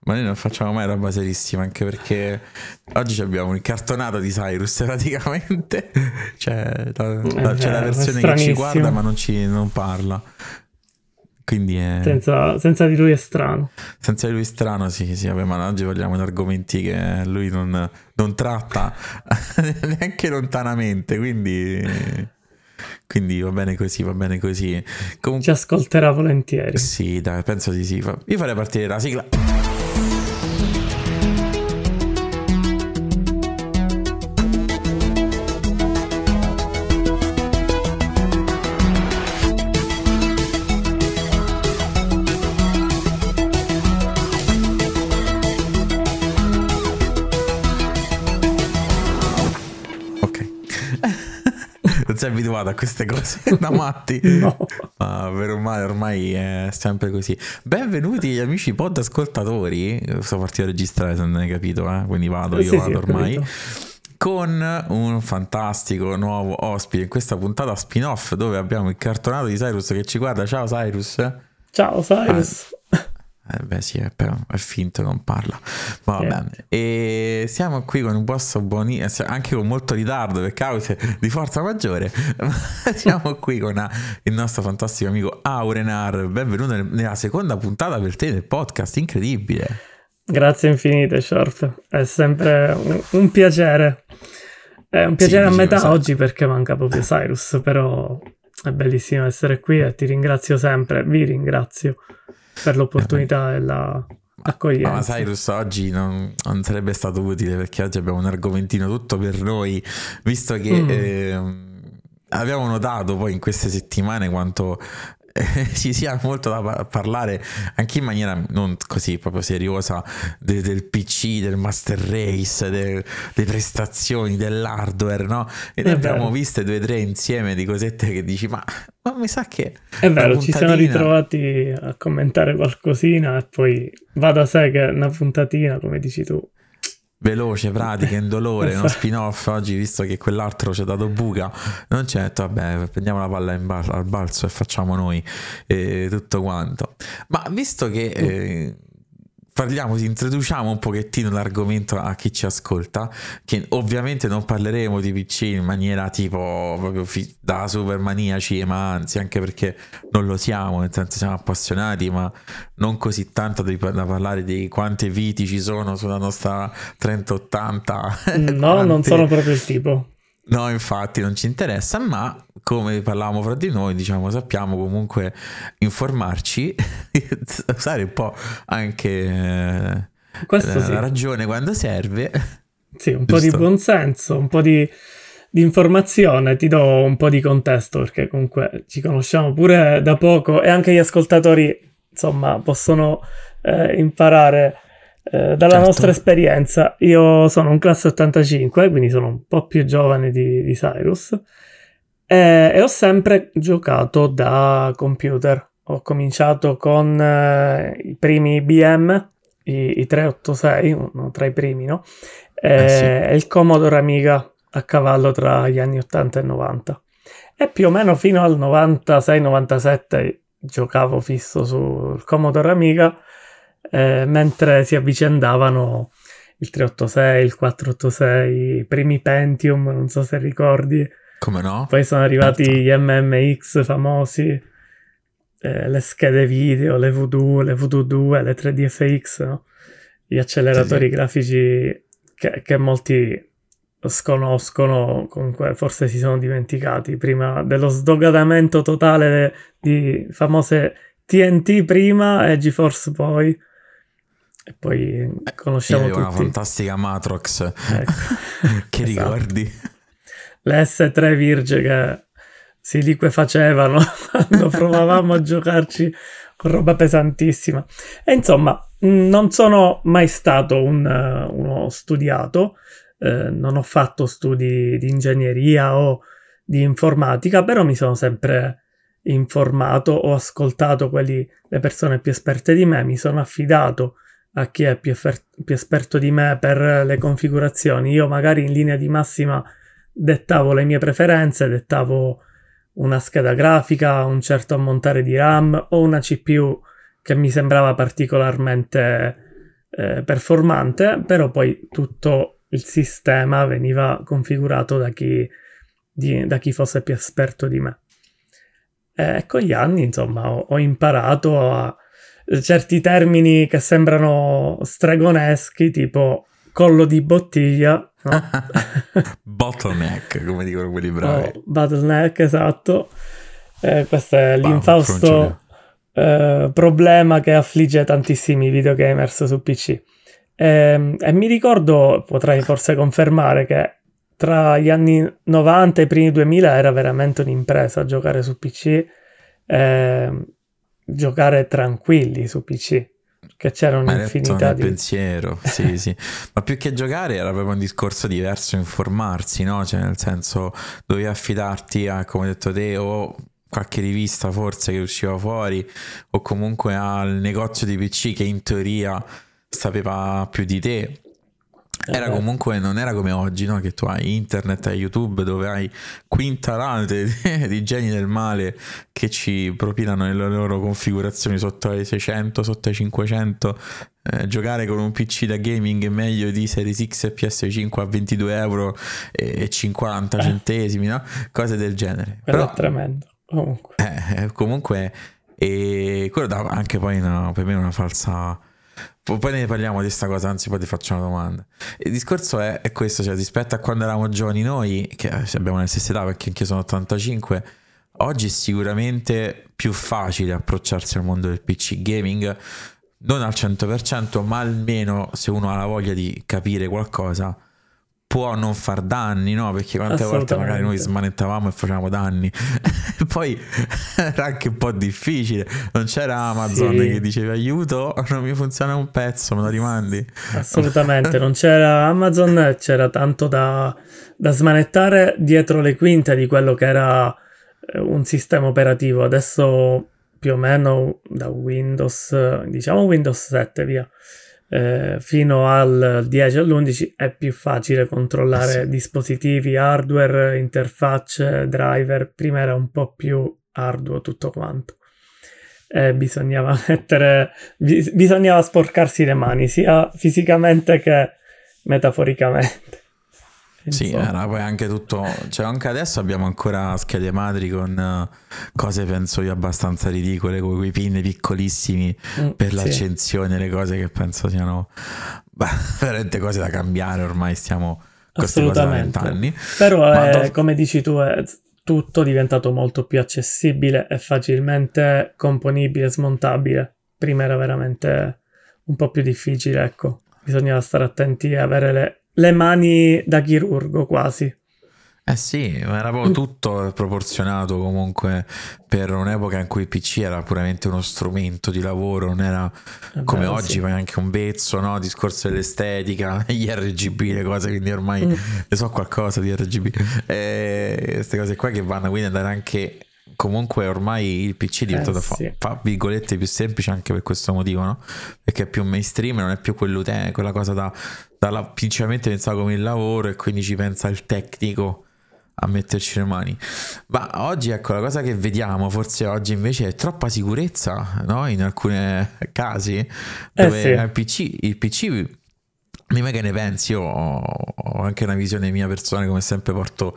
Ma noi non facciamo mai roba serissima, anche perché oggi abbiamo un cartonato di Cyrus praticamente. C'è la versione che ci guarda ma non parla. Quindi è... senza di lui è strano. Senza di lui è strano, sì, vabbè, ma oggi parliamo di argomenti che lui non tratta neanche lontanamente, quindi va bene così, Comunque, ci ascolterà volentieri. Sì, dai, penso di sì. Io farei partire la sigla. Non sei abituato a queste cose da matti? No. Ma per ormai è sempre così. Benvenuti amici pod ascoltatori. Sto partito a registrare, se non hai capito, quindi vado ormai. Con un fantastico nuovo ospite in questa puntata spin-off dove abbiamo il cartonato di Cyrus che ci guarda. Ciao Cyrus. Ciao Cyrus. Beh sì, è finto, non parla. Ma va bene. E siamo qui con un posto buonissimo, anche con molto ritardo per cause di forza maggiore. Siamo qui con il nostro fantastico amico Aurenar. Benvenuto nella seconda puntata per te del podcast, incredibile. Grazie infinite, Short. È sempre un piacere. È un piacere a metà oggi perché manca proprio Cyrus, però è bellissimo essere qui e ti ringrazio sempre, vi ringrazio per l'opportunità e la accoglienza. Ma Cyrus oggi non sarebbe stato utile perché oggi abbiamo un argomentino tutto per noi, visto che abbiamo notato poi in queste settimane quanto ci sia molto da parlare anche in maniera non così proprio seriosa del PC, del Master Race, delle prestazioni, dell'hardware, no? E ne abbiamo viste 2 o 3 insieme di cosette che dici ma mi sa che è vero, ci siamo ritrovati a commentare qualcosina e poi va da sé che una puntatina, come dici tu, veloce, pratica, indolore, uno spin-off oggi, visto che quell'altro ci ha dato buca, non c'è, detto, vabbè, prendiamo la palla al balzo e facciamo noi tutto quanto. Ma visto che introduciamo un pochettino l'argomento a chi ci ascolta, che ovviamente non parleremo di PC in maniera tipo proprio da super maniaci, ma anzi, anche perché non lo siamo, nel senso siamo appassionati, ma non così tanto da parlare di quante viti ci sono sulla nostra 3080. No, non sono proprio il tipo. No, infatti non ci interessa, ma come parlavamo fra di noi, diciamo, sappiamo comunque informarci, usare un po' anche la ragione quando serve. Sì, un po' di buonsenso, un po' di informazione, ti do un po' di contesto perché comunque ci conosciamo pure da poco e anche gli ascoltatori, insomma, possono imparare dalla nostra esperienza. Io sono un classe 85, quindi sono un po' più giovane di Cyrus e ho sempre giocato da computer. Ho cominciato con i primi IBM, i 386, uno tra i primi, no? E il Commodore Amiga a cavallo tra gli anni 80 e 90 e più o meno fino al 96-97 giocavo fisso sul Commodore Amiga. Mentre si avvicendavano il 386, il 486, i primi Pentium, non so se ricordi. Come no? Poi sono arrivati gli MMX famosi, le schede video, le V2, le VD2, le 3DFX, no? Gli acceleratori grafici che molti sconoscono, comunque forse si sono dimenticati, prima dello sdoganamento totale di famose TNT prima e GeForce poi. E poi conosciamo tutti una fantastica Matrox, ecco. Che ricordi? Le S3 Virge che si liquefacevano quando provavamo a giocarci con roba pesantissima. E insomma, non sono mai stato uno studiato, non ho fatto studi di ingegneria o di informatica, però mi sono sempre informato, ho ascoltato le persone più esperte di me, mi sono affidato a chi è più esperto di me per le configurazioni. Io magari in linea di massima dettavo le mie preferenze, dettavo una scheda grafica, un certo ammontare di RAM o una CPU che mi sembrava particolarmente performante, però poi tutto il sistema veniva configurato da chi fosse più esperto di me. E con gli anni, insomma, ho imparato a certi termini che sembrano stregoneschi, tipo collo di bottiglia, no? Bottleneck, come dicono quelli bravi. Bottleneck, esatto. Questo è l'infausto problema che affligge tantissimi videogamers su PC. E mi ricordo, potrai forse confermare, che tra gli anni 90 e i primi 2000 era veramente un'impresa giocare su PC, giocare tranquilli su PC, che c'era un'infinità di pensiero, sì. Ma più che giocare era proprio un discorso diverso, informarsi, no? Cioè, nel senso, dovevi affidarti a, come hai detto te, o qualche rivista forse che usciva fuori, o comunque al negozio di PC che in teoria sapeva più di te. Era comunque, non era come oggi, no? Che tu hai internet e YouTube, dove hai quintalate di geni del male che ci propinano le loro configurazioni sotto ai 600, sotto ai 500. Giocare con un PC da gaming è meglio di Series X e PS5 a 22 euro e 50 centesimi, no? Cose del genere. Però è tremendo. Comunque quello dava anche poi per me una falsa. Poi ne parliamo di questa cosa, anzi poi ti faccio una domanda. Il discorso è questo, cioè rispetto a quando eravamo giovani noi, che abbiamo la stessa età perché anche io sono 85, oggi è sicuramente più facile approcciarsi al mondo del PC gaming, non al 100%, ma almeno se uno ha la voglia di capire qualcosa può non far danni, no? Perché quante volte magari noi smanettavamo e facevamo danni. Poi era anche un po' difficile, non c'era Amazon che diceva aiuto, non mi funziona un pezzo, me lo rimandi? Assolutamente, non c'era Amazon, c'era tanto da smanettare dietro le quinte di quello che era un sistema operativo. Adesso più o meno da Windows, diciamo Windows 7 via, fino al 10 all'11 è più facile controllare dispositivi, hardware, interfacce, driver. Prima era un po' più arduo tutto quanto, bisognava bisognava sporcarsi le mani sia fisicamente che metaforicamente. Sì, era poi anche tutto, cioè anche adesso abbiamo ancora schede madri con cose penso io abbastanza ridicole, con quei pin piccolissimi per l'accensione, le cose che penso siano veramente cose da cambiare, ormai stiamo con queste cose da 20 anni. Però come dici tu, è tutto diventato molto più accessibile e facilmente componibile, smontabile. Prima era veramente un po' più difficile, ecco, bisognava stare attenti e avere le mani da chirurgo quasi. Sì, ma era proprio tutto proporzionato comunque per un'epoca in cui il PC era puramente uno strumento di lavoro, non era come oggi, ma anche un vezzo, no? Discorso dell'estetica, gli RGB, le cose, quindi ormai ne so qualcosa di RGB, queste cose qua che vanno quindi ad andare anche. Comunque ormai il PC è diventato fa virgolette più semplice anche per questo motivo, no? Perché è più mainstream, non è più quella cosa principalmente pensavo come il lavoro e quindi ci pensa il tecnico a metterci le mani. Ma oggi ecco la cosa che vediamo forse oggi invece è troppa sicurezza, no? In alcuni casi dove il PC Dimmi che ne pensi. Io ho anche una visione mia personale, come sempre porto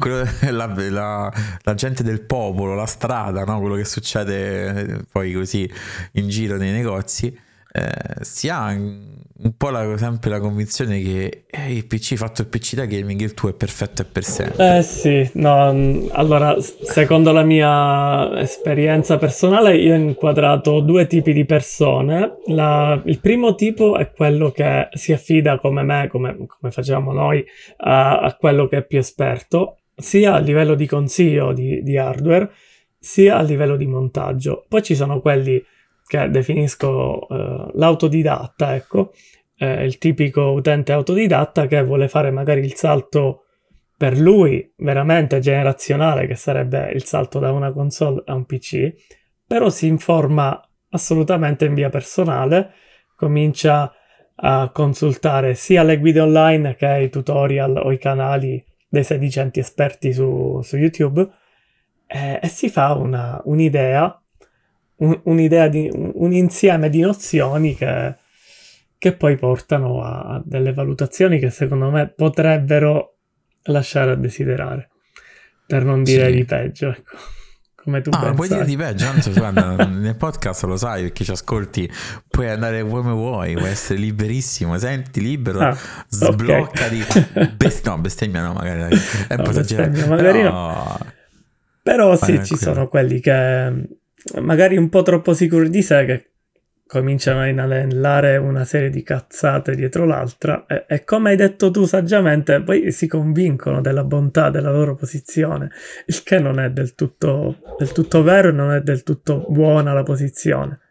la gente del popolo, la strada, no? Quello che succede poi così in giro nei negozi. Si ha un po' sempre la convinzione che il PC fatto il PC da gaming, il tuo è perfetto e per sempre. Sì, no, allora secondo la mia esperienza personale io ho inquadrato due tipi di persone. Il primo tipo è quello che si affida come me, come facevamo noi, a quello che è più esperto, sia a livello di consiglio di hardware, sia a livello di montaggio. Poi ci sono quelli che definisco l'autodidatta, ecco, il tipico utente autodidatta che vuole fare magari il salto per lui veramente generazionale, che sarebbe il salto da una console a un PC, però si informa assolutamente in via personale, comincia a consultare sia le guide online che i tutorial o i canali dei sedicenti esperti su YouTube, e si fa un'idea di un insieme di nozioni che che poi portano a delle valutazioni che secondo me potrebbero lasciare a desiderare, per non dire di peggio, ecco, come tu ben puoi sai. dire di peggio, anzi, guarda, nel podcast lo sai, perché ci ascolti, puoi andare come vuoi, puoi essere liberissimo, senti libero, sbloccati. No, bestemmia no, magari è un po' esagerato, magari no. Però sì, ci sono quelli che magari un po' troppo sicuri di sé, che cominciano a inanellare una serie di cazzate dietro l'altra e come hai detto tu saggiamente, poi si convincono della bontà della loro posizione, il che non è del tutto vero e non è del tutto buona la posizione.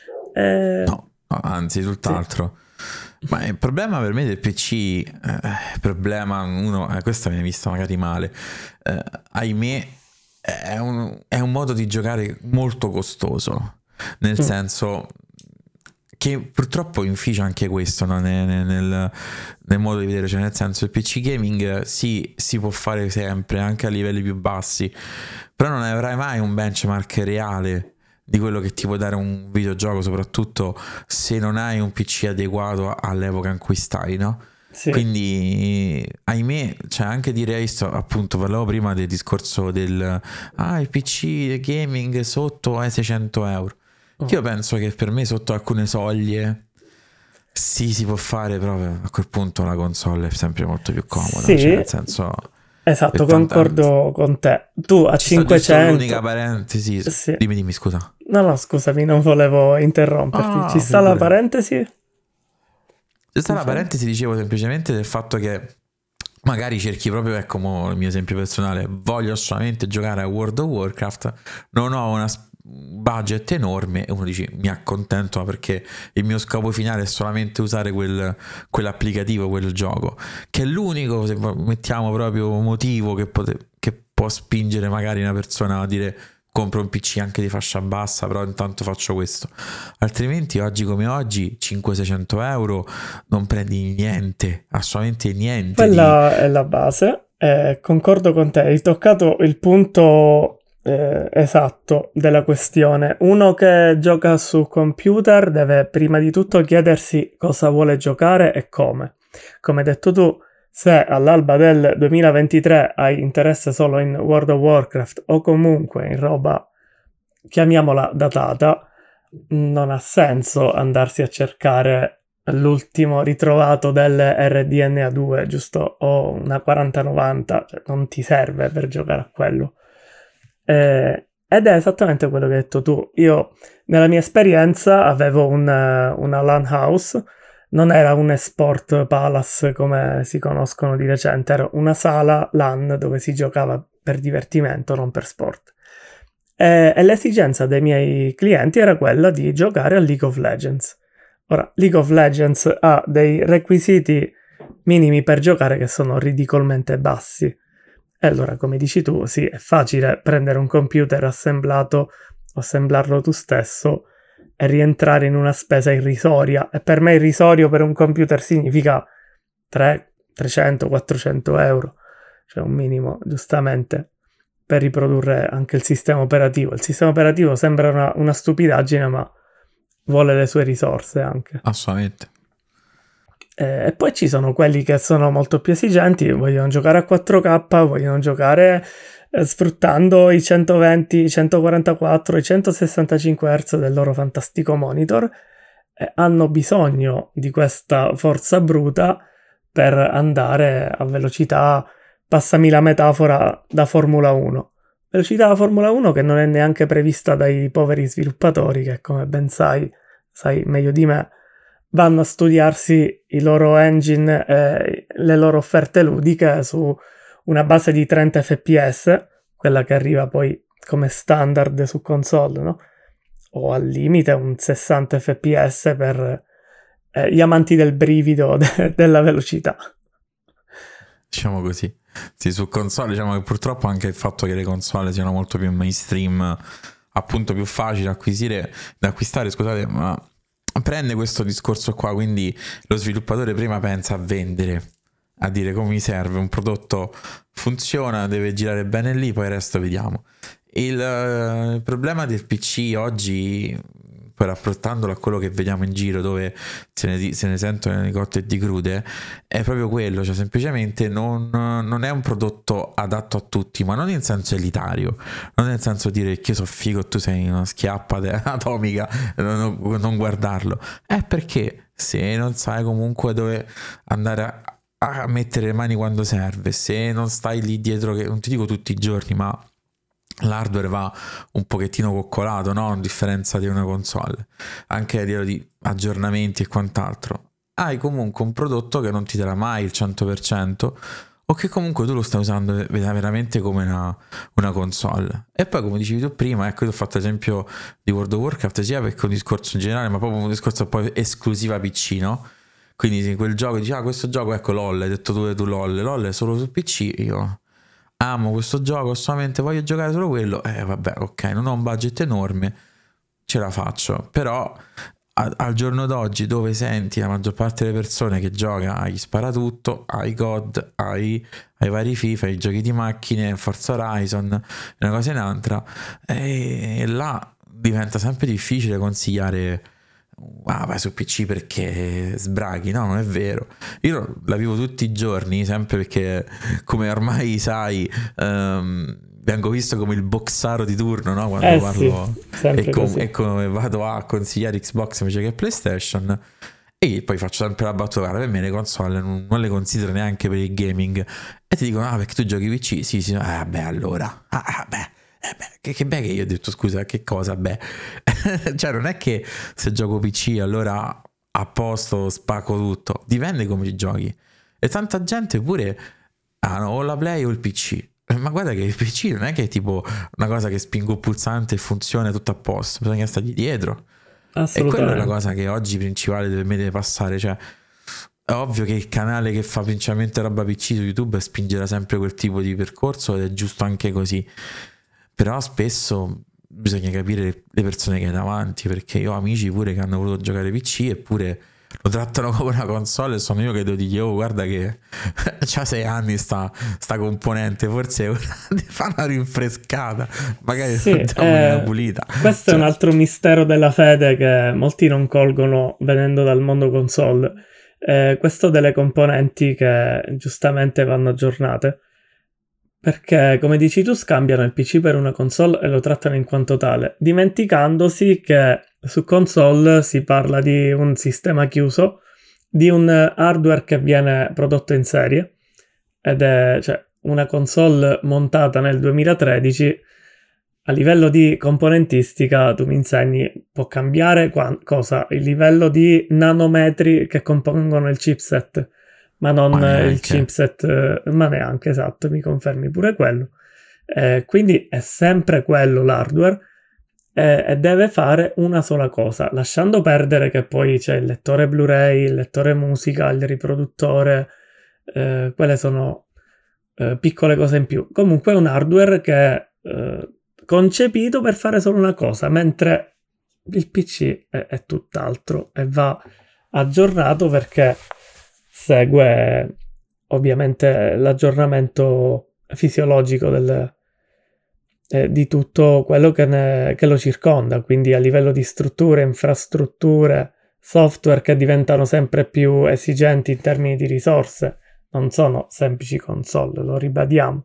No, anzi, tutt'altro. Sì. Ma il problema per me del PC, questa mi hai vista magari male, ahimè, è un modo di giocare molto costoso, nel senso che purtroppo inficia anche questo, no? nel modo di vedere, cioè nel senso il PC gaming sì, si può fare sempre anche a livelli più bassi, però non avrai mai un benchmark reale di quello che ti può dare un videogioco, soprattutto se non hai un PC adeguato all'epoca in cui stai, no? Sì. Quindi ahimè, cioè anche direi, appunto parlavo prima del discorso del il PC gaming sotto ai 600 euro. Io penso che per me sotto alcune soglie sì, si può fare, però a quel punto la console è sempre molto più comoda, sì, cioè nel senso, esatto, concordo con te. Tu a 500, l'unica parentesi, sì. Dimmi scusa. No, scusami, non volevo interromperti. Ci sta la parentesi? Ci sta la parentesi, dicevo semplicemente del fatto che magari cerchi proprio, ecco, il mio esempio personale, voglio solamente giocare a World of Warcraft, non ho una budget enorme e uno dice mi accontento perché il mio scopo finale è solamente usare quell'applicativo, quel gioco, che è l'unico, se mettiamo proprio, motivo che può spingere magari una persona a dire compro un PC anche di fascia bassa, però intanto faccio questo. Altrimenti oggi come oggi 500-600 euro non prendi niente, assolutamente niente. Quella è la base, concordo con te, hai toccato il punto esatto della questione. Uno che gioca su computer deve prima di tutto chiedersi cosa vuole giocare e come. Come hai detto tu, se all'alba del 2023 hai interesse solo in World of Warcraft o comunque in roba, chiamiamola datata, non ha senso andarsi a cercare l'ultimo ritrovato delle RDNA 2, giusto? O una 4090, cioè non ti serve per giocare a quello. Ed è esattamente quello che hai detto tu. Io nella mia esperienza avevo una LAN house, non era un esport palace come si conoscono di recente, era una sala LAN dove si giocava per divertimento, non per sport. E l'esigenza dei miei clienti era quella di giocare a League of Legends. Ora, League of Legends ha dei requisiti minimi per giocare che sono ridicolmente bassi. E allora, come dici tu, sì, è facile prendere un computer assemblato, assemblarlo tu stesso e rientrare in una spesa irrisoria. E per me irrisorio per un computer significa 300-400 euro, cioè un minimo, giustamente, per riprodurre anche il sistema operativo. Il sistema operativo sembra una stupidaggine, ma vuole le sue risorse anche. Assolutamente. E poi ci sono quelli che sono molto più esigenti, vogliono giocare a 4K, vogliono giocare sfruttando i 120, i 144, i 165 Hz del loro fantastico monitor, e hanno bisogno di questa forza bruta per andare a velocità, passami la metafora, da Formula 1. Velocità da Formula 1 che non è neanche prevista dai poveri sviluppatori che, come ben sai meglio di me, vanno a studiarsi i loro engine e le loro offerte ludiche su una base di 30 fps, quella che arriva poi come standard su console, no? O al limite un 60 fps per gli amanti del brivido della velocità. Diciamo così. Sì, su console diciamo che purtroppo anche il fatto che le console siano molto più mainstream, appunto più facile da acquistare, scusate, ma prende questo discorso qua, quindi lo sviluppatore prima pensa a vendere, a dire come mi serve un prodotto, funziona, deve girare bene lì, poi il resto vediamo. Il problema del PC oggi poi rapportandolo a quello che vediamo in giro, dove se ne sentono di cotte e di crude, è proprio quello, cioè semplicemente non è un prodotto adatto a tutti, ma non in senso elitario, non nel senso di dire che io so figo, tu sei una schiappa atomica, non guardarlo, è perché se non sai comunque dove andare a mettere le mani quando serve, se non stai lì dietro, che non ti dico tutti i giorni, ma l'hardware va un pochettino coccolato, no? A differenza di una console, anche a livello di aggiornamenti e quant'altro, hai comunque un prodotto che non ti darà mai il 100%, o che comunque tu lo stai usando veramente come una console. E poi, come dicevi tu prima, ecco, io ho fatto esempio di World of Warcraft sia perché è un discorso in generale, ma proprio un discorso poi esclusiva PC, no? Quindi se quel gioco dici, questo gioco, ecco, LOL, hai detto tu LOL è solo su PC, io amo questo gioco, solamente voglio giocare solo quello, vabbè, ok, non ho un budget enorme, ce la faccio. Però al giorno d'oggi, dove senti la maggior parte delle persone che gioca agli sparatutto, ai COD, ai vari FIFA, ai giochi di macchine, Forza Horizon, una cosa in un'altra, e là diventa sempre difficile consigliare vai su PC perché sbraghi. No, non è vero, io la vivo tutti i giorni, sempre, perché come ormai sai vengo visto come il boxaro di turno, no? Quando parlo e come vado a consigliare Xbox invece che PlayStation, e poi faccio sempre la battuta, per me le console non le considero neanche per il gaming, e ti dicono perché tu giochi PC? Sì, vabbè, allora che beh, che io ho detto scusa, che cosa? Beh, cioè non è che se gioco PC allora a posto spacco tutto, dipende come ci giochi. E tanta gente pure o la Play o il PC, ma guarda che il PC non è che è tipo una cosa che spingo il pulsante e funziona tutto a posto, bisogna stargli dietro. E quella è la cosa che oggi principale per me deve passare. Cioè è ovvio che il canale che fa principalmente roba PC su YouTube spingerà sempre quel tipo di percorso, ed è giusto anche così. Però spesso bisogna capire le persone che hai davanti, perché io ho amici pure che hanno voluto giocare PC eppure lo trattano come una console, e sono io che devo dire guarda che c'ha 6 anni sta componente, forse ora fa una rinfrescata, magari una pulita. Questo è un altro mistero della fede che molti non colgono venendo dal mondo console, questo delle componenti che giustamente vanno aggiornate. Perché, come dici tu, scambiano il PC per una console e lo trattano in quanto tale, dimenticandosi che su console si parla di un sistema chiuso, di un hardware che viene prodotto in serie, ed è una console montata nel 2013. A livello di componentistica, tu mi insegni, può cambiare cosa? Il livello di nanometri che compongono il chipset, ma non il chipset, ma neanche, esatto, mi confermi pure quello. Quindi è sempre quello l'hardware, e deve fare una sola cosa, lasciando perdere che poi c'è il lettore Blu-ray, il lettore musica, il riproduttore, quelle sono piccole cose in più. Comunque è un hardware che è concepito per fare solo una cosa, mentre il PC è tutt'altro e va aggiornato perché segue ovviamente l'aggiornamento fisiologico di tutto quello che lo circonda, quindi a livello di strutture, infrastrutture, software che diventano sempre più esigenti in termini di risorse, non sono semplici console, lo ribadiamo.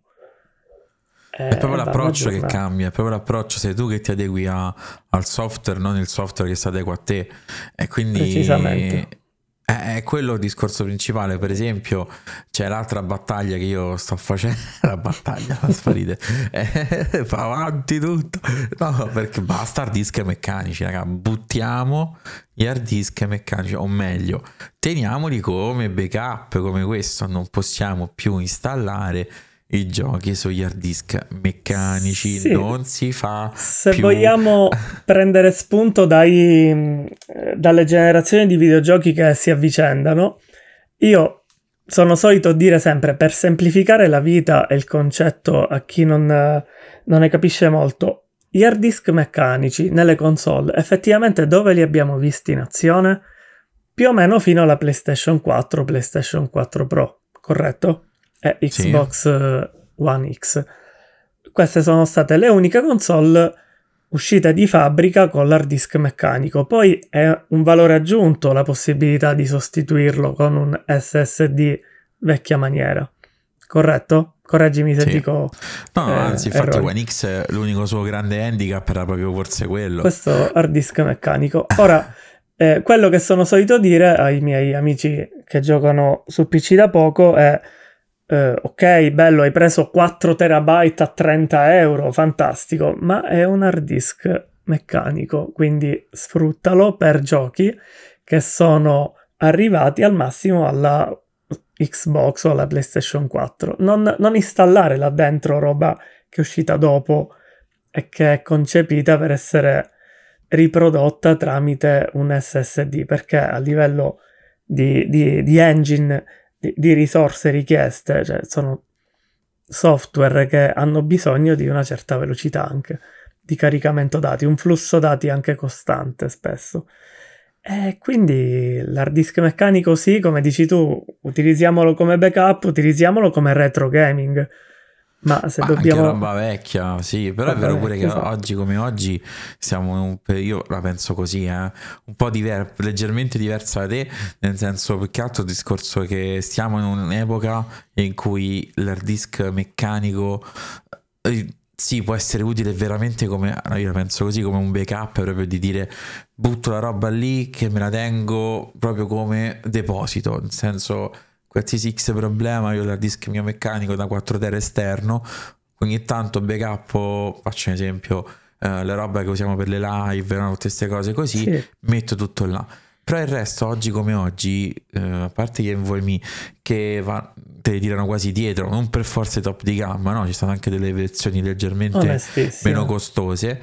È proprio l'approccio che cambia, è proprio l'approccio, sei tu che ti adegui al software, non il software che si adegua a te, e quindi precisamente. È quello il discorso principale. Per esempio c'è l'altra battaglia che io sto facendo, la battaglia sparite, fa avanti tutto, no, perché basta hard disk meccanici, raga, buttiamo gli hard disk meccanici, o meglio teniamoli come backup, come questo. Non possiamo più installare i giochi sugli hard disk meccanici, sì, non si fa se più. Vogliamo prendere spunto dalle generazioni di videogiochi che si avvicendano, io sono solito dire sempre, per semplificare la vita e il concetto a chi non ne capisce molto, gli hard disk meccanici nelle console effettivamente dove li abbiamo visti in azione? Più o meno fino alla PlayStation 4, PlayStation 4 Pro, corretto? E Xbox One X. Queste sono state le uniche console uscita di fabbrica con l'hard disk meccanico. Poi è un valore aggiunto la possibilità di sostituirlo con un SSD vecchia maniera. Corretto? Correggimi se dico no, anzi, infatti errori. One X l'unico suo grande handicap era proprio forse quello. Questo hard disk meccanico. Ora, quello che sono solito dire ai miei amici che giocano su PC da poco è ok, bello, hai preso 4 terabyte a 30 euro, fantastico, ma è un hard disk meccanico, quindi sfruttalo per giochi che sono arrivati al massimo alla Xbox o alla PlayStation 4. Non installare là dentro roba che è uscita dopo e che è concepita per essere riprodotta tramite un SSD, perché a livello di engine, di risorse richieste, cioè sono software che hanno bisogno di una certa velocità anche di caricamento dati, un flusso dati anche costante spesso. E quindi l'hard disk meccanico sì, come dici tu, utilizziamolo come backup, utilizziamolo come retro gaming. Ma se dobbiamo... Anche roba vecchia, sì, però è vero pure che oggi come oggi siamo in un periodo, io la penso così, un po' leggermente diversa da te, nel senso, più che altro il discorso che stiamo in un'epoca in cui l'hard disk meccanico sì, può essere utile veramente come, io la penso così, come un backup, proprio di dire butto la roba lì che me la tengo proprio come deposito, nel senso... qualsiasi X problema, io l'hard disk mio meccanico da 4 tera esterno, ogni tanto backup, faccio un esempio, le robe che usiamo per le live, no? Tutte queste cose così, sì. Metto tutto là. Però il resto, oggi come oggi, a parte gli NVMe che te li tirano quasi dietro, non per forza top di gamma, no? Ci sono anche delle versioni leggermente meno costose,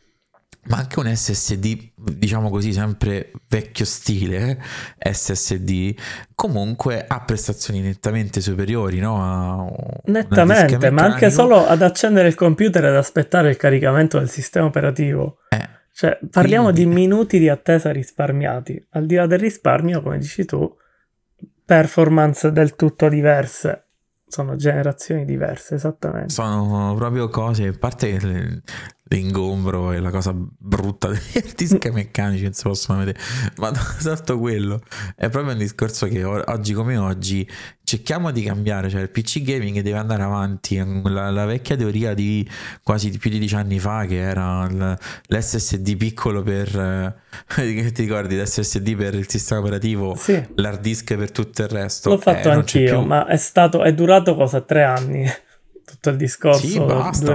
ma anche un SSD, diciamo così, sempre vecchio stile, SSD, comunque ha prestazioni nettamente superiori, no? Nettamente, ma anche solo ad accendere il computer ed aspettare il caricamento del sistema operativo. Cioè, parliamo di minuti di attesa risparmiati. Al di là del risparmio, come dici tu, performance del tutto diverse. Sono generazioni diverse, esattamente. Proprio cose, a parte che l'ingombro e la cosa brutta degli hard disk meccanici non si possono vedere, ma tanto quello è proprio un discorso che oggi come oggi cerchiamo di cambiare, cioè il PC gaming deve andare avanti, la vecchia teoria di quasi più di 10 anni fa che era l'SSD piccolo per ti ricordi, l'SSD per il sistema operativo, sì. L'hard disk per tutto il resto, l'ho fatto anch'io, ma è durato cosa 3 anni tutto il discorso, sì, basta,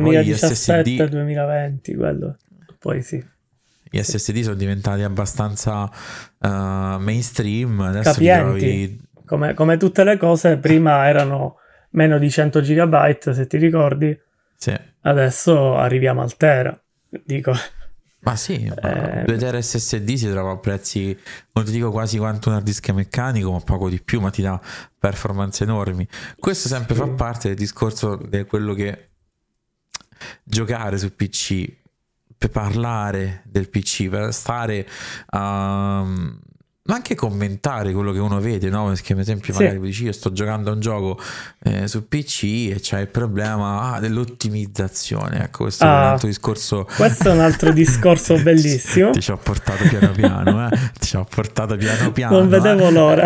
2017-2020, quello. Poi sì. Gli SSD sono diventati abbastanza mainstream, adesso capienti, come tutte le cose, prima erano meno di 100 GB, se ti ricordi, sì. Adesso arriviamo al tera, dico. Ma sì, 2 tera SSD si trova a prezzi, non ti dico quasi quanto un hard disk meccanico, ma poco di più, ma ti dà performance enormi. Questo sempre fa parte del discorso di quello che giocare su PC, per parlare del PC, per stare ma anche commentare quello che uno vede, no? Perché per esempio magari dici io sto giocando a un gioco su PC e c'è il problema dell'ottimizzazione, ecco, questo è un altro discorso. Questo è un altro discorso bellissimo. Ti ci ho portato piano piano, ti ci ho portato piano piano. Non vedevo l'ora.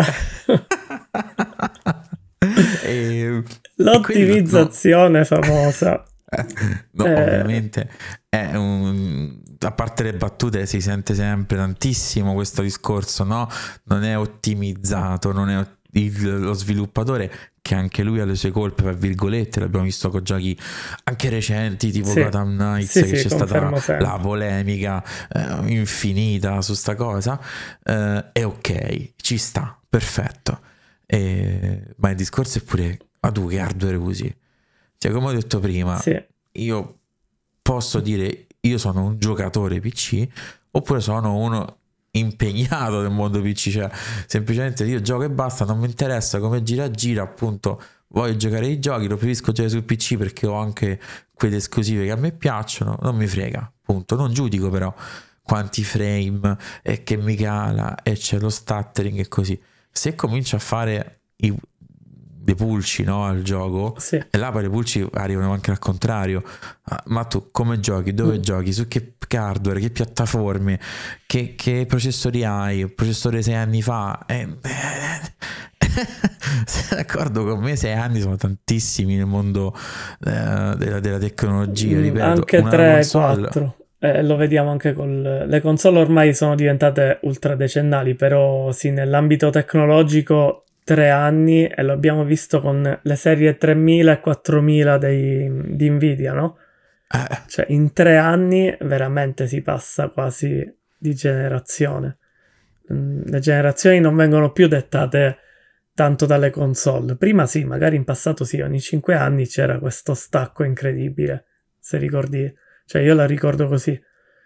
L'ottimizzazione famosa. No, ovviamente è a parte le battute si sente sempre tantissimo questo discorso, no? Non è ottimizzato, non è lo sviluppatore, che anche lui ha le sue colpe, per virgolette, l'abbiamo visto con giochi anche recenti tipo Gotham Knights, che c'è stata la polemica infinita su sta cosa, è ok, ci sta, perfetto, ma il discorso è pure tu che hardware usi. Cioè, come ho detto prima, io posso dire io sono un giocatore PC oppure sono uno impegnato nel mondo PC, cioè semplicemente io gioco e basta, non mi interessa come gira, appunto voglio giocare i giochi, lo preferisco giocare sul PC perché ho anche quelle esclusive che a me piacciono, non mi frega, appunto, non giudico però quanti frame e che mi cala e c'è lo stuttering e così. Se comincio a fare i dei pulci, no, al gioco, Sì. e là poi le pulci arrivano anche al contrario. Ma tu come giochi? Dove giochi? Su che hardware? Che piattaforme? Che processori hai? Processore 6 anni fa? Sei d'accordo con me? 6 anni sono tantissimi nel mondo della tecnologia, ripeto. Anche una 3, console... 4. Lo vediamo anche con le console, ormai sono diventate ultra decennali, però sì, nell'ambito tecnologico 3 anni, e lo abbiamo visto con le serie 3000 e 4000 di Nvidia, no? Cioè in 3 anni veramente si passa quasi di generazione. Le generazioni non vengono più dettate tanto dalle console. Prima sì, magari in passato sì, ogni 5 anni c'era questo stacco incredibile, se ricordi. Cioè io la ricordo così.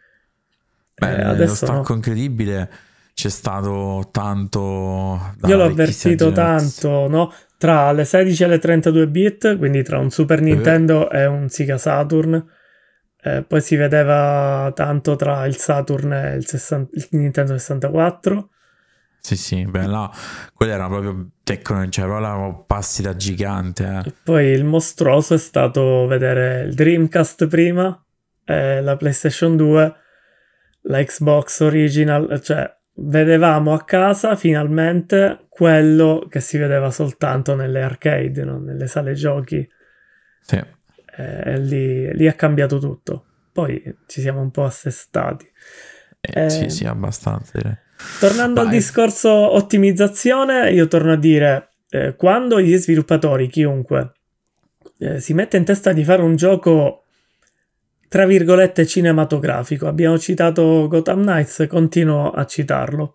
Beh, lo Adesso stacco no. incredibile c'è stato tanto Io l'ho da vecchissima avvertito generazione. tanto, no? Tra le 16 e le 32 bit, quindi tra un Super Nintendo e un Sega Saturn. Poi si vedeva tanto tra il Saturn e il Nintendo 64. Sì, beh, là, quelli erano proprio cioè, proprio erano passi da gigante. E poi il mostruoso è stato vedere il Dreamcast prima, la PlayStation 2, la Xbox Original, cioè vedevamo a casa finalmente quello che si vedeva soltanto nelle arcade, no? Nelle sale giochi. Sì. E lì è cambiato tutto. Poi ci siamo un po' assestati. Sì, abbastanza direi. Tornando al discorso ottimizzazione, io torno a dire, quando gli sviluppatori, chiunque, si mette in testa di fare un gioco, tra virgolette, cinematografico, abbiamo citato Gotham Knights, continuo a citarlo,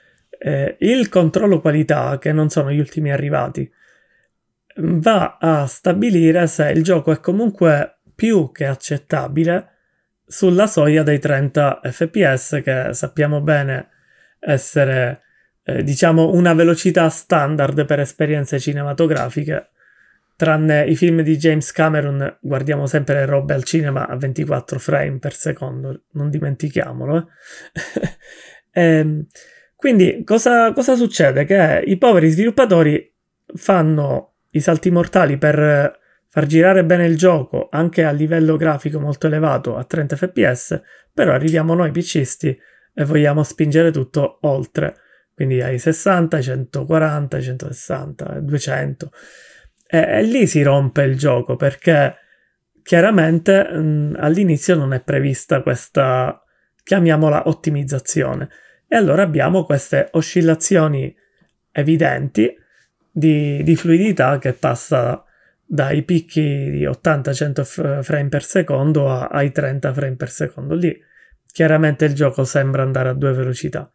il controllo qualità, che non sono gli ultimi arrivati, va a stabilire se il gioco è comunque più che accettabile sulla soglia dei 30 fps, che sappiamo bene essere diciamo una velocità standard per esperienze cinematografiche. Tranne i film di James Cameron, guardiamo sempre le robe al cinema a 24 frame per secondo, non dimentichiamolo. Quindi cosa succede? Che i poveri sviluppatori fanno i salti mortali per far girare bene il gioco anche a livello grafico molto elevato a 30 fps, però arriviamo noi PCisti e vogliamo spingere tutto oltre, quindi ai 60, 140, 160, 200, e lì si rompe il gioco, perché chiaramente all'inizio non è prevista questa, chiamiamola, ottimizzazione, e allora abbiamo queste oscillazioni evidenti di fluidità che passa dai picchi di 80-100 frame per secondo ai 30 frame per secondo. Lì chiaramente il gioco sembra andare a 2 velocità.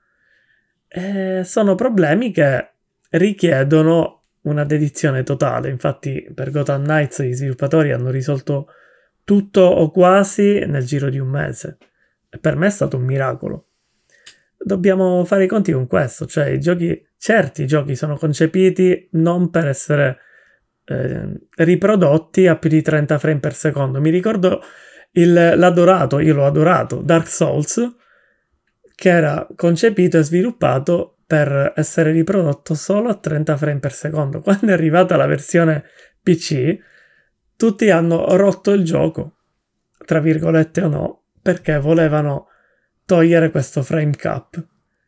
Sono problemi che richiedono una dedizione totale. Infatti per Gotham Knights gli sviluppatori hanno risolto tutto o quasi nel giro di un mese, e per me è stato un miracolo. Dobbiamo fare i conti con questo, cioè certi giochi sono concepiti non per essere riprodotti a più di 30 frame per secondo. Mi ricordo l'adorato, io l'ho adorato, Dark Souls, che era concepito e sviluppato per essere riprodotto solo a 30 frame per secondo. Quando è arrivata la versione PC, tutti hanno rotto il gioco, tra virgolette o no, perché volevano togliere questo frame cap.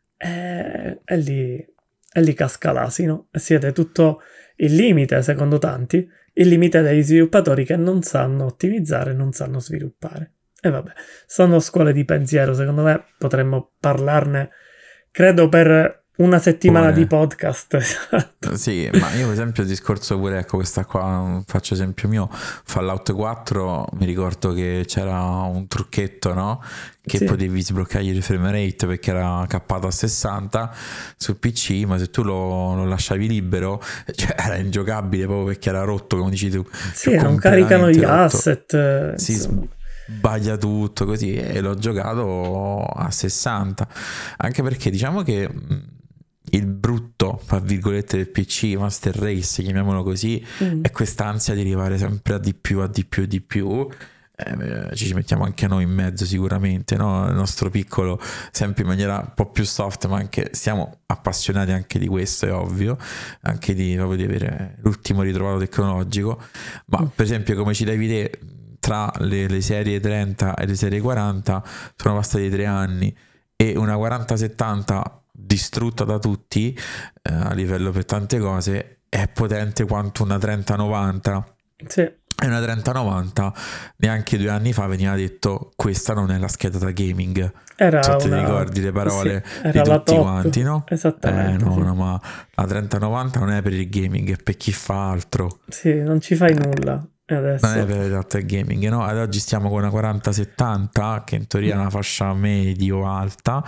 E lì casca l'asino, e si vede tutto il limite, secondo tanti, il limite degli sviluppatori che non sanno ottimizzare, non sanno sviluppare. E vabbè, sono scuole di pensiero, secondo me potremmo parlarne, credo, per una settimana di podcast. Esatto. Sì, ma io per esempio il discorso pure, ecco, questa qua, faccio esempio mio, Fallout 4, mi ricordo che c'era un trucchetto, no? Che potevi sbloccargli il frame rate perché era cappato a 60 sul PC, ma se tu lo lasciavi libero, cioè era ingiocabile proprio perché era rotto, come dici tu. Sì, non caricano gli asset. Si sbaglia tutto così, e l'ho giocato a 60, anche perché diciamo che il brutto, tra virgolette, del PC, Master Race, chiamiamolo così, è quest'ansia di arrivare sempre a di più, ci mettiamo anche noi in mezzo sicuramente, no? Il nostro piccolo, sempre in maniera un po' più soft, ma anche siamo appassionati anche di questo, è ovvio, anche proprio di avere l'ultimo ritrovato tecnologico. Ma per esempio, come ci devi te, tra le serie 30 e le serie 40 sono passati 3 anni, e una 4070 distrutta da tutti a livello per tante cose è potente quanto una 3090. Sì. E una 3090 neanche 2 anni fa veniva detto questa non è la scheda da gaming. Era so te ricordi le parole sì, di tutti quanti, no? Esattamente. No, sì. no, ma la 3090 non è per il gaming, è per chi fa altro. Sì, non ci fai nulla. Adesso. Non è per il gaming, no? Ad oggi stiamo con una 4070 che in teoria è una fascia medio-alta,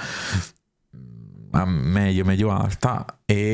medio-alta,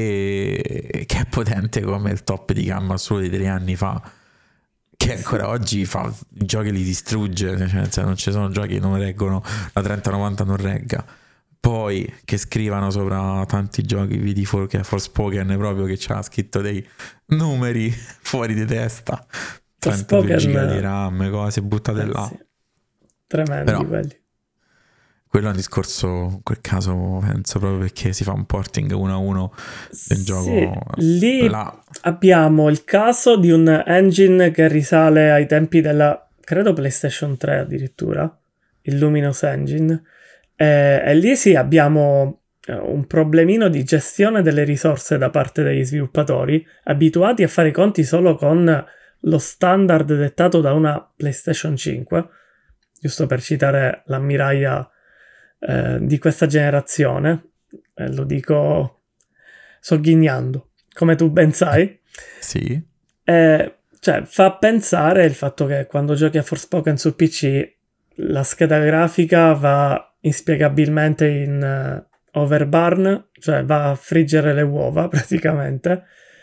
e che è potente come il top di gamma solo di 3 anni fa, che ancora oggi fa i giochi, li distrugge, cioè non ci sono giochi che non reggono, la 3090 non regga. Poi che scrivano sopra tanti giochi, vedi che Forspoken proprio che c'ha scritto dei numeri fuori di testa, 32 giga di RAM, cose buttate là. Sì. Tremendi. Però, quelli. Quello è un discorso, in quel caso penso proprio perché si fa un porting 1-1 del gioco. Lì abbiamo il caso di un engine che risale ai tempi della, credo, PlayStation 3 addirittura, il Luminous Engine, e lì sì abbiamo un problemino di gestione delle risorse da parte degli sviluppatori, abituati a fare i conti solo con lo standard dettato da una PlayStation 5, giusto per citare l'ammiraglia di questa generazione, lo dico sogghignando, come tu ben sai. Sì. Cioè, fa pensare il fatto che quando giochi a Forspoken su PC la scheda grafica va inspiegabilmente in overburn, cioè va a friggere le uova praticamente.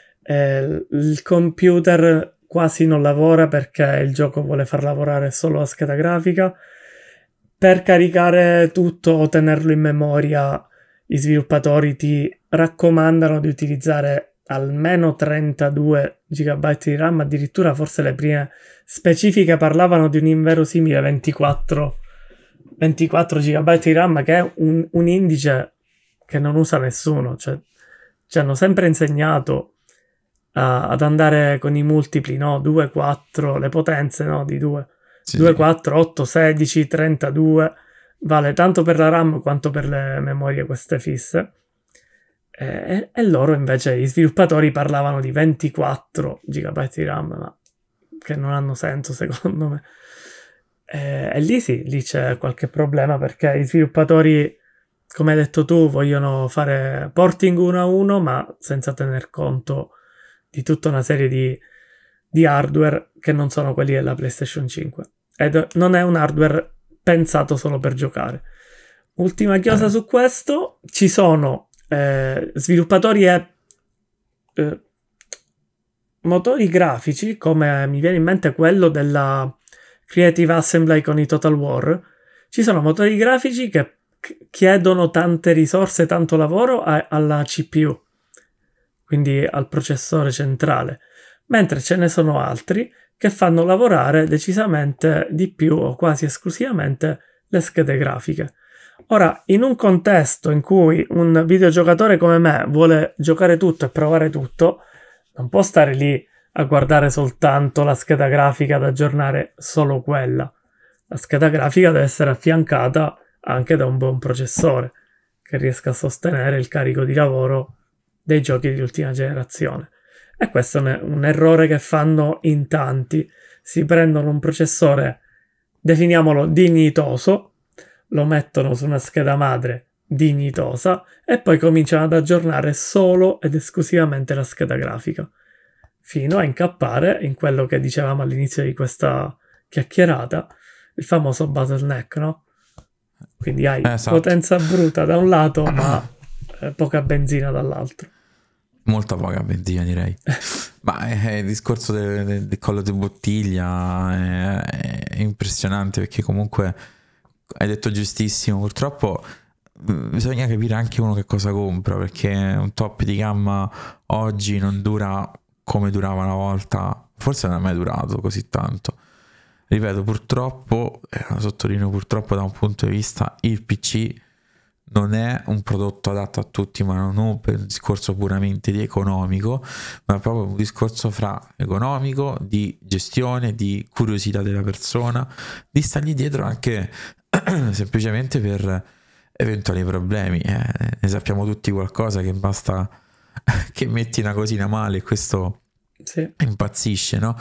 Il computer quasi non lavora perché il gioco vuole far lavorare solo la scheda grafica. Per caricare tutto o tenerlo in memoria, gli sviluppatori ti raccomandano di utilizzare almeno 32 GB di RAM, addirittura forse le prime specifiche parlavano di un inverosimile 24 GB di RAM, che è un indice che non usa nessuno. Cioè, ci hanno sempre insegnato ad andare con i multipli, no? 2, 4, le potenze, no? Di 2. Sì, 2, 4, 8, 16, 32, vale tanto per la RAM quanto per le memorie queste fisse. E loro invece, gli sviluppatori, parlavano di 24 GB di RAM, ma che non hanno senso secondo me. E lì sì, lì c'è qualche problema, perché gli sviluppatori, come hai detto tu, vogliono fare porting 1-1, ma senza tener conto di tutta una serie di hardware che non sono quelli della PlayStation 5. Ed non è un hardware pensato solo per giocare. Ultima chiosa su questo: ci sono sviluppatori e motori grafici, come mi viene in mente quello della Creative Assembly con i Total War. Ci sono motori grafici che chiedono tante risorse, tanto lavoro alla CPU, quindi al processore centrale, mentre ce ne sono altri che fanno lavorare decisamente di più o quasi esclusivamente le schede grafiche. Ora, in un contesto in cui un videogiocatore come me vuole giocare tutto e provare tutto, non può stare lì a guardare soltanto la scheda grafica, ad aggiornare solo quella. La scheda grafica deve essere affiancata anche da un buon processore che riesca a sostenere il carico di lavoro dei giochi di ultima generazione. E questo è un errore che fanno in tanti. Si prendono un processore, definiamolo dignitoso, lo mettono su una scheda madre dignitosa e poi cominciano ad aggiornare solo ed esclusivamente la scheda grafica, fino a incappare in quello che dicevamo all'inizio di questa chiacchierata, il famoso bottleneck, no? Quindi hai potenza bruta da un lato, ma poca benzina dall'altro. Molta poca benzina, direi. Ma il discorso del collo di bottiglia è impressionante, perché comunque hai detto giustissimo. Purtroppo bisogna capire anche uno che cosa compra, perché un top di gamma oggi non dura come durava una volta, forse non è mai durato così tanto. ripeto, purtroppo, sottolineo purtroppo, da un punto di vista, il PC non è un prodotto adatto a tutti, ma non per un discorso puramente di economico, ma proprio un discorso fra economico, di gestione, di curiosità della persona, di stargli dietro anche semplicemente per eventuali problemi. Ne sappiamo tutti qualcosa, che basta che metti una cosina male e questo impazzisce, no?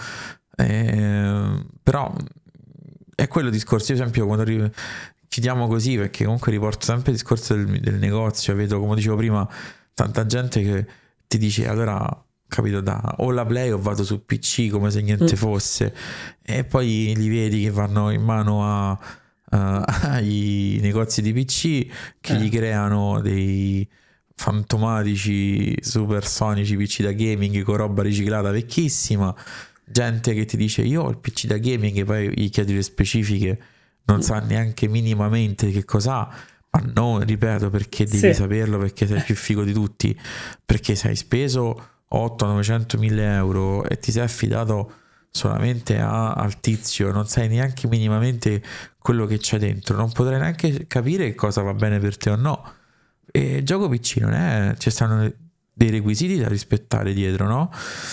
Però è quello discorso. Io, esempio, quando chiudiamo così, perché comunque riporto sempre il discorso del negozio, vedo, come dicevo prima, tanta gente che ti dice allora, capito, o la Play o vado su PC come se niente fosse, e poi li vedi che vanno in mano ai negozi di PC che gli creano dei fantomatici supersonici PC da gaming con roba riciclata vecchissima, gente che ti dice io ho il PC da gaming e poi gli chiedi le specifiche, non sa neanche minimamente che cos'ha, ma non, ripeto, perché devi saperlo, perché sei più figo di tutti, perché sei speso 8, 900, 1000 euro e ti sei affidato solamente al tizio, non sai neanche minimamente quello che c'è dentro, non potrai neanche capire cosa va bene per te o no. E il gioco PC non è, ci stanno dei requisiti da rispettare dietro, no?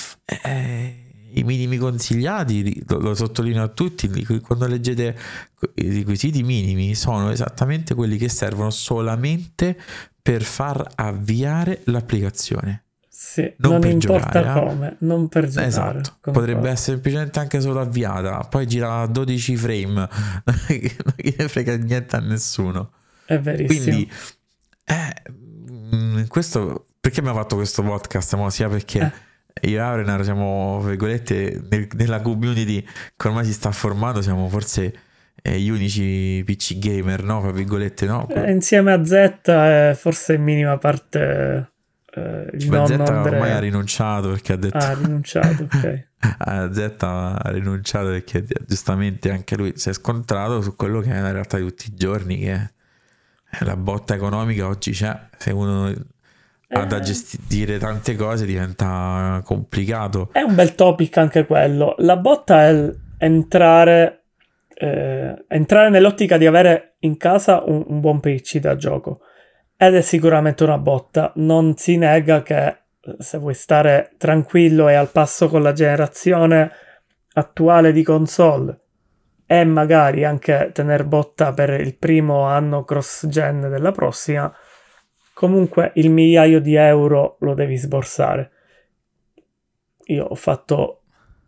I minimi consigliati, lo sottolineo a tutti, quando leggete i requisiti minimi sono esattamente quelli che servono solamente per far avviare l'applicazione. Sì, non importa giocare, come, non per giocare. Esatto, potrebbe essere semplicemente anche solo avviata, poi gira a 12 frame, non ne frega niente a nessuno. È verissimo. Quindi, questo, perché abbiamo fatto questo podcast? Sia perché io e Aurenar siamo, virgolette, nella community che ormai si sta formando, siamo forse gli unici PC gamer, no? Tra virgolette, no? Insieme a Z, forse in minima parte il nonno Z Andrea. ormai ha rinunciato perché ha detto... Ha rinunciato, ok. Z ha rinunciato perché giustamente anche lui si è scontrato su quello che è la realtà di tutti i giorni, che la botta economica oggi c'è, se uno ha da gestire tante cose diventa complicato. È un bel topic anche quello. La botta è entrare nell'ottica di avere in casa un buon PC da gioco, ed è sicuramente una botta. Non si nega che se vuoi stare tranquillo e al passo con la generazione attuale di console e magari anche tener botta per il primo anno cross-gen della prossima, comunque il migliaio di euro lo devi sborsare. Io ho fatto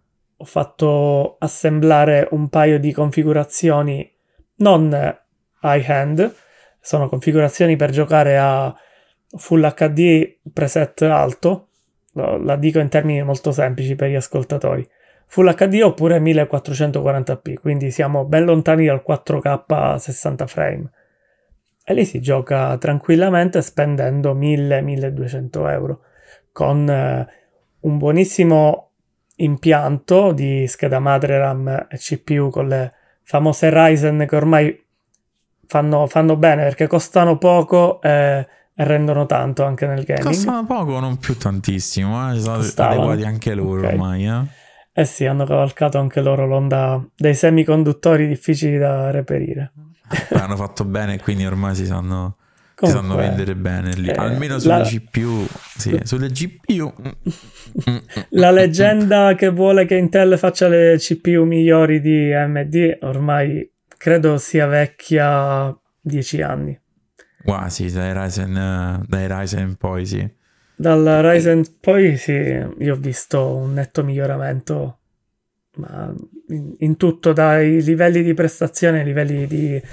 assemblare un paio di configurazioni non high-end, sono configurazioni per giocare a Full HD preset alto, la dico in termini molto semplici per gli ascoltatori, Full HD oppure 1440p, quindi siamo ben lontani dal 4K a 60 frame. E lì si gioca tranquillamente spendendo 1000-1200 euro con un buonissimo impianto di scheda madre, RAM e CPU con le famose Ryzen che ormai fanno bene perché costano poco e rendono tanto anche nel gaming. Costano poco, non più tantissimo, sono adeguati anche loro ormai. Eh sì, hanno cavalcato anche loro l'onda dei semiconduttori difficili da reperire. Hanno fatto bene, quindi ormai si sanno vendere bene lì. Almeno sulle CPU. Sì, sulle GPU. La leggenda che vuole che Intel faccia le CPU migliori di AMD ormai credo sia vecchia 10 anni. Quasi, dai Ryzen poi sì. Dal Ryzen poi sì, io ho visto un netto miglioramento, ma in tutto, dai livelli di prestazione ai livelli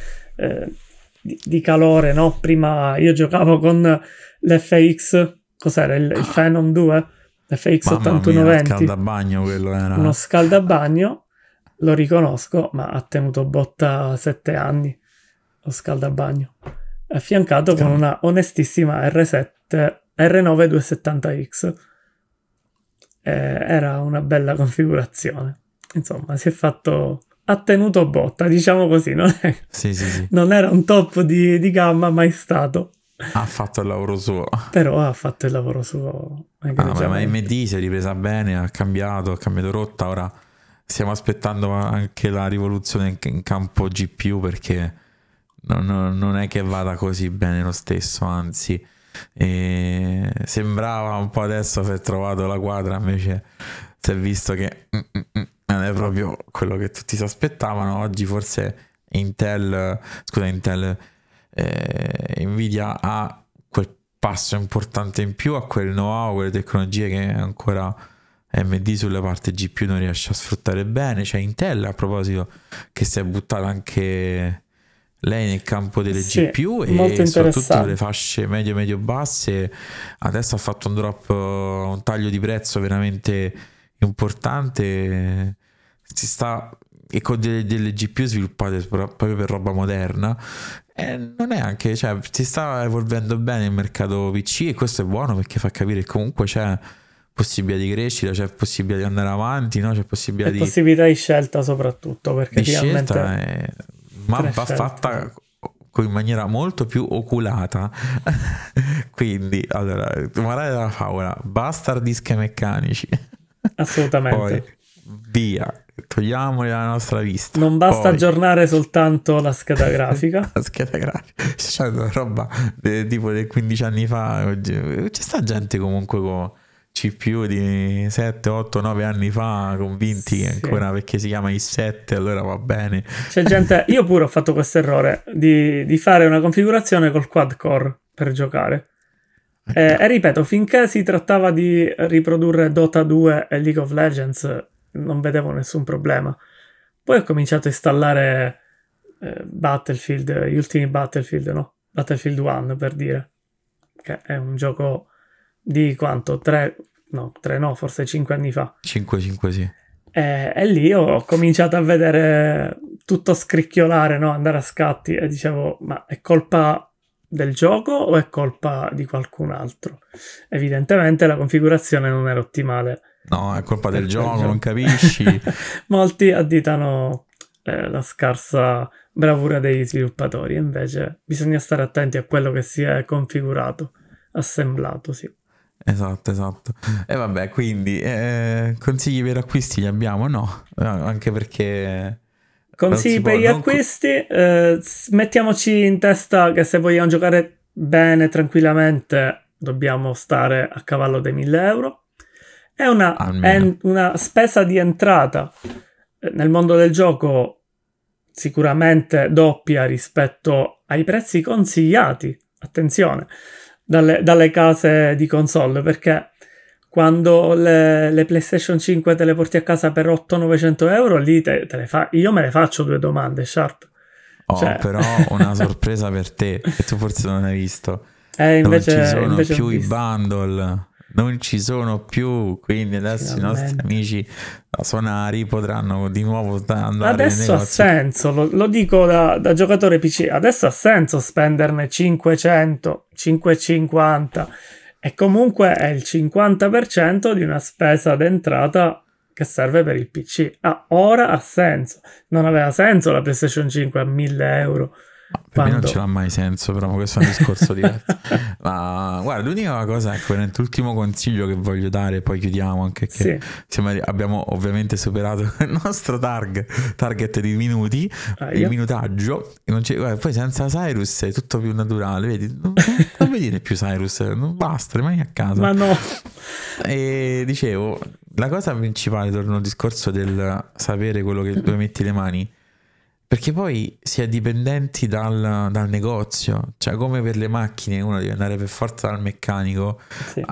di calore, no? Prima io giocavo con l'FX, cos'era? Il Phenom 2? l'FX 8120. Scaldabagno quello era. Uno scaldabagno, lo riconosco, ma ha tenuto botta 7 anni lo scaldabagno. Affiancato con una onestissima R9 270X. Era una bella configurazione. Insomma, ha tenuto botta, diciamo così. Non era un top di gamma mai stato. Ha fatto il lavoro suo. Però ha fatto il lavoro suo. Ma AMD si è ripresa bene, ha cambiato rotta, ora stiamo aspettando anche la rivoluzione in campo GPU, perché non è che vada così bene lo stesso, anzi sembrava un po' adesso aver trovato la quadra, invece si è visto che non è proprio quello che tutti si aspettavano. Oggi forse Nvidia ha quel passo importante in più, a quel know-how, quelle tecnologie che ancora AMD sulle parti GPU non riesce a sfruttare bene. C'è Intel, a proposito, che si è buttata anche lei nel campo delle GPU, e soprattutto le fasce medio basse. Adesso ha fatto un drop, un taglio di prezzo veramente importante, e con delle GPU sviluppate proprio per roba moderna, e non è anche, cioè, si sta evolvendo bene il mercato PC, e questo è buono perché fa capire che comunque c'è possibilità di crescita, c'è possibilità di andare avanti, no? C'è possibilità di scelta, soprattutto perché scelta ma va fatta in maniera molto più oculata. Quindi, allora, morale della favola: basta dischi meccanici. Assolutamente. Poi via, togliamoli dalla nostra vista. Non basta aggiornare soltanto la scheda grafica. La scheda grafica, c'è una roba tipo dei 15 anni fa. C'è sta gente comunque con CPU di 7, 8, 9 anni fa convinti che ancora perché si chiama i7 allora va bene. C'è gente, io pure ho fatto questo errore di fare una configurazione col quad core per giocare, e ripeto, finché si trattava di riprodurre Dota 2 e League of Legends non vedevo nessun problema. Poi ho cominciato a installare Battlefield, gli ultimi Battlefield, no? Battlefield 1, per dire, che è un gioco di quanto? 3 no, forse 5 anni fa. 5 sì. E lì ho cominciato a vedere tutto scricchiolare, no? Andare a scatti, e dicevo, ma è colpa del gioco o è colpa di qualcun altro? Evidentemente la configurazione non era ottimale. No, è colpa del gioco, non capisci? Molti additano la scarsa bravura degli sviluppatori, invece bisogna stare attenti a quello che si è configurato, assemblato, sì. Esatto. E vabbè, quindi consigli per acquisti li abbiamo? No, anche perché consigli per gli acquisti, mettiamoci in testa che se vogliamo giocare bene, tranquillamente, dobbiamo stare a cavallo dei 1.000 euro. È una spesa di entrata nel mondo del gioco sicuramente doppia rispetto ai prezzi consigliati, attenzione, dalle case di console, perché quando le PlayStation 5 te le porti a casa per 800-900 euro, lì io me le faccio due domande, Sharp. Però una sorpresa per te, che tu forse non hai visto. Invece, non ci sono più i bundle, non ci sono più, quindi adesso i nostri amici sonari potranno di nuovo andare adesso ha senso, lo dico da giocatore PC, adesso ha senso spenderne 500, 550, e comunque è il 50% di una spesa d'entrata che serve per il PC. Ora ha senso, non aveva senso la PlayStation 5 a 1.000 euro. Per me non ce l'ha mai senso, però questo è un discorso diverso. Ma guarda, l'unica cosa, ecco, l'ultimo consiglio che voglio dare, poi chiudiamo, anche che abbiamo ovviamente superato il nostro target di minuti, il minutaggio, e guarda, poi senza Cyrus è tutto più naturale, vedi, non vuoi dire più Cyrus, non basta, rimani a casa. Ma no. E dicevo, la cosa principale, torno al discorso del sapere quello che dove metti le mani, perché poi si è dipendenti dal negozio, cioè come per le macchine uno deve andare per forza dal meccanico.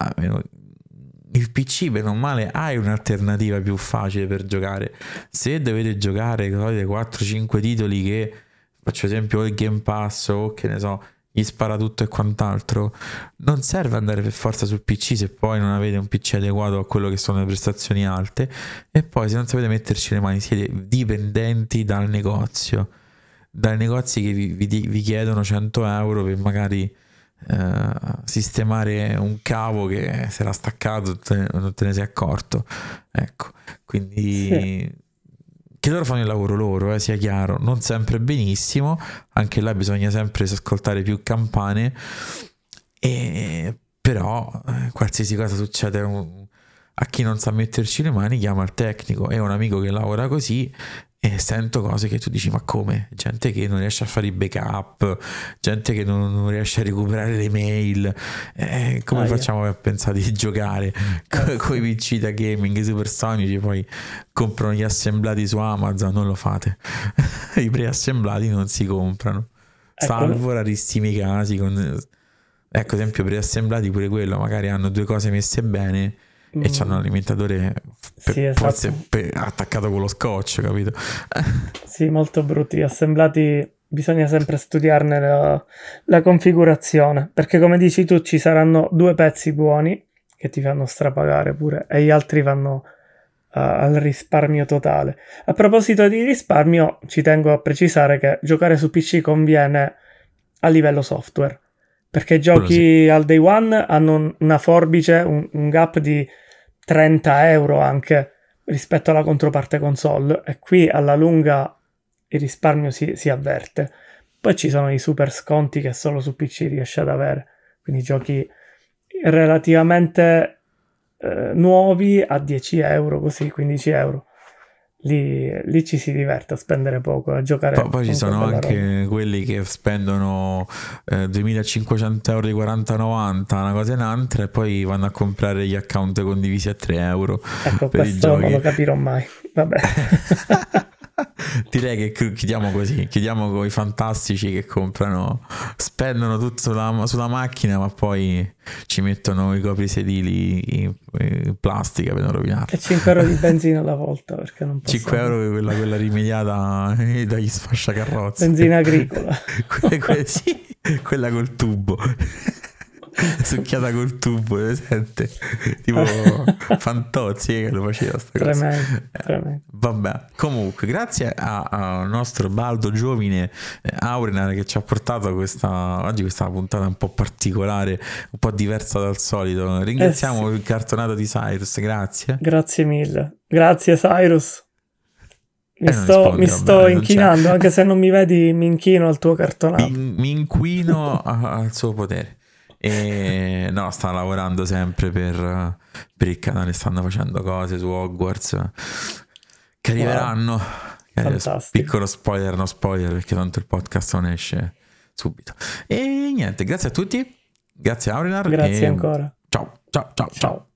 Il PC, bene o male, hai un'alternativa più facile per giocare. Se dovete giocare con 4-5 titoli che, faccio esempio, il Game Pass o che ne so, gli spara tutto e quant'altro, non serve andare per forza sul PC se poi non avete un PC adeguato a quello che sono le prestazioni alte, e poi se non sapete metterci le mani siete dipendenti dai negozi che vi chiedono 100 euro per magari sistemare un cavo che si era staccato e non te ne sei accorto, ecco, quindi che loro fanno il lavoro loro, sia chiaro, non sempre benissimo, anche là bisogna sempre ascoltare più campane, però qualsiasi cosa succede a chi non sa metterci le mani chiama il tecnico. E ho un amico che lavora così e sento cose che tu dici: ma come? Gente che non riesce a fare i backup, gente che non riesce a recuperare le mail, come facciamo a pensare di giocare con i PC da gaming supersonici, poi comprano gli assemblati su Amazon? Non lo fate. I preassemblati non si comprano, salvo rarissimi casi ecco, esempio preassemblati, pure quello magari hanno due cose messe bene e c'hanno un alimentatore forse attaccato con lo scotch, capito? Sì, molto brutti. Assemblati, bisogna sempre studiarne la configurazione, perché come dici tu ci saranno due pezzi buoni che ti fanno strapagare pure e gli altri vanno al risparmio totale. A proposito di risparmio, ci tengo a precisare che giocare su PC conviene a livello software, perché i giochi al day one hanno una forbice, un gap di 30 euro anche rispetto alla controparte console, e qui alla lunga il risparmio si avverte. Poi ci sono i super sconti che solo su PC riesci ad avere, quindi giochi relativamente nuovi a 10 euro, così 15 euro. Lì ci si diverte a spendere poco, a giocare. Poi ci sono anche quelli che spendono 2500 euro di 4090, una cosa in un'altra, e poi vanno a comprare gli account condivisi a 3 euro. Ecco, questo non lo capirò mai. Vabbè. Direi che chiudiamo così, chiudiamo con i fantastici che spendono tutto sulla macchina, ma poi ci mettono i coprisedili in plastica per non rovinarli. E 5 euro di benzina alla volta, perché non posso. 5 euro quella rimediata dagli sfasciacarrozze. Benzina agricola. quella col tubo. Succhiata col tubo, presente? Tipo Fantozzi che lo faceva sta cosa. Tremendo. Vabbè, comunque grazie al nostro Baldo Giovine Aurinar che ci ha portato oggi questa puntata un po' particolare, un po' diversa dal solito. Ringraziamo il cartonato di Cyrus, grazie mille, grazie Cyrus. Mi sto inchinando, anche se non mi vedi, mi inchino al tuo cartonato. Mi inquino al suo potere. E no, sta lavorando sempre per il canale, stanno facendo cose su Hogwarts che arriveranno. Piccolo spoiler, no spoiler, perché tanto il podcast non esce subito. E niente, grazie a tutti, grazie Aurinar, grazie ancora, ciao.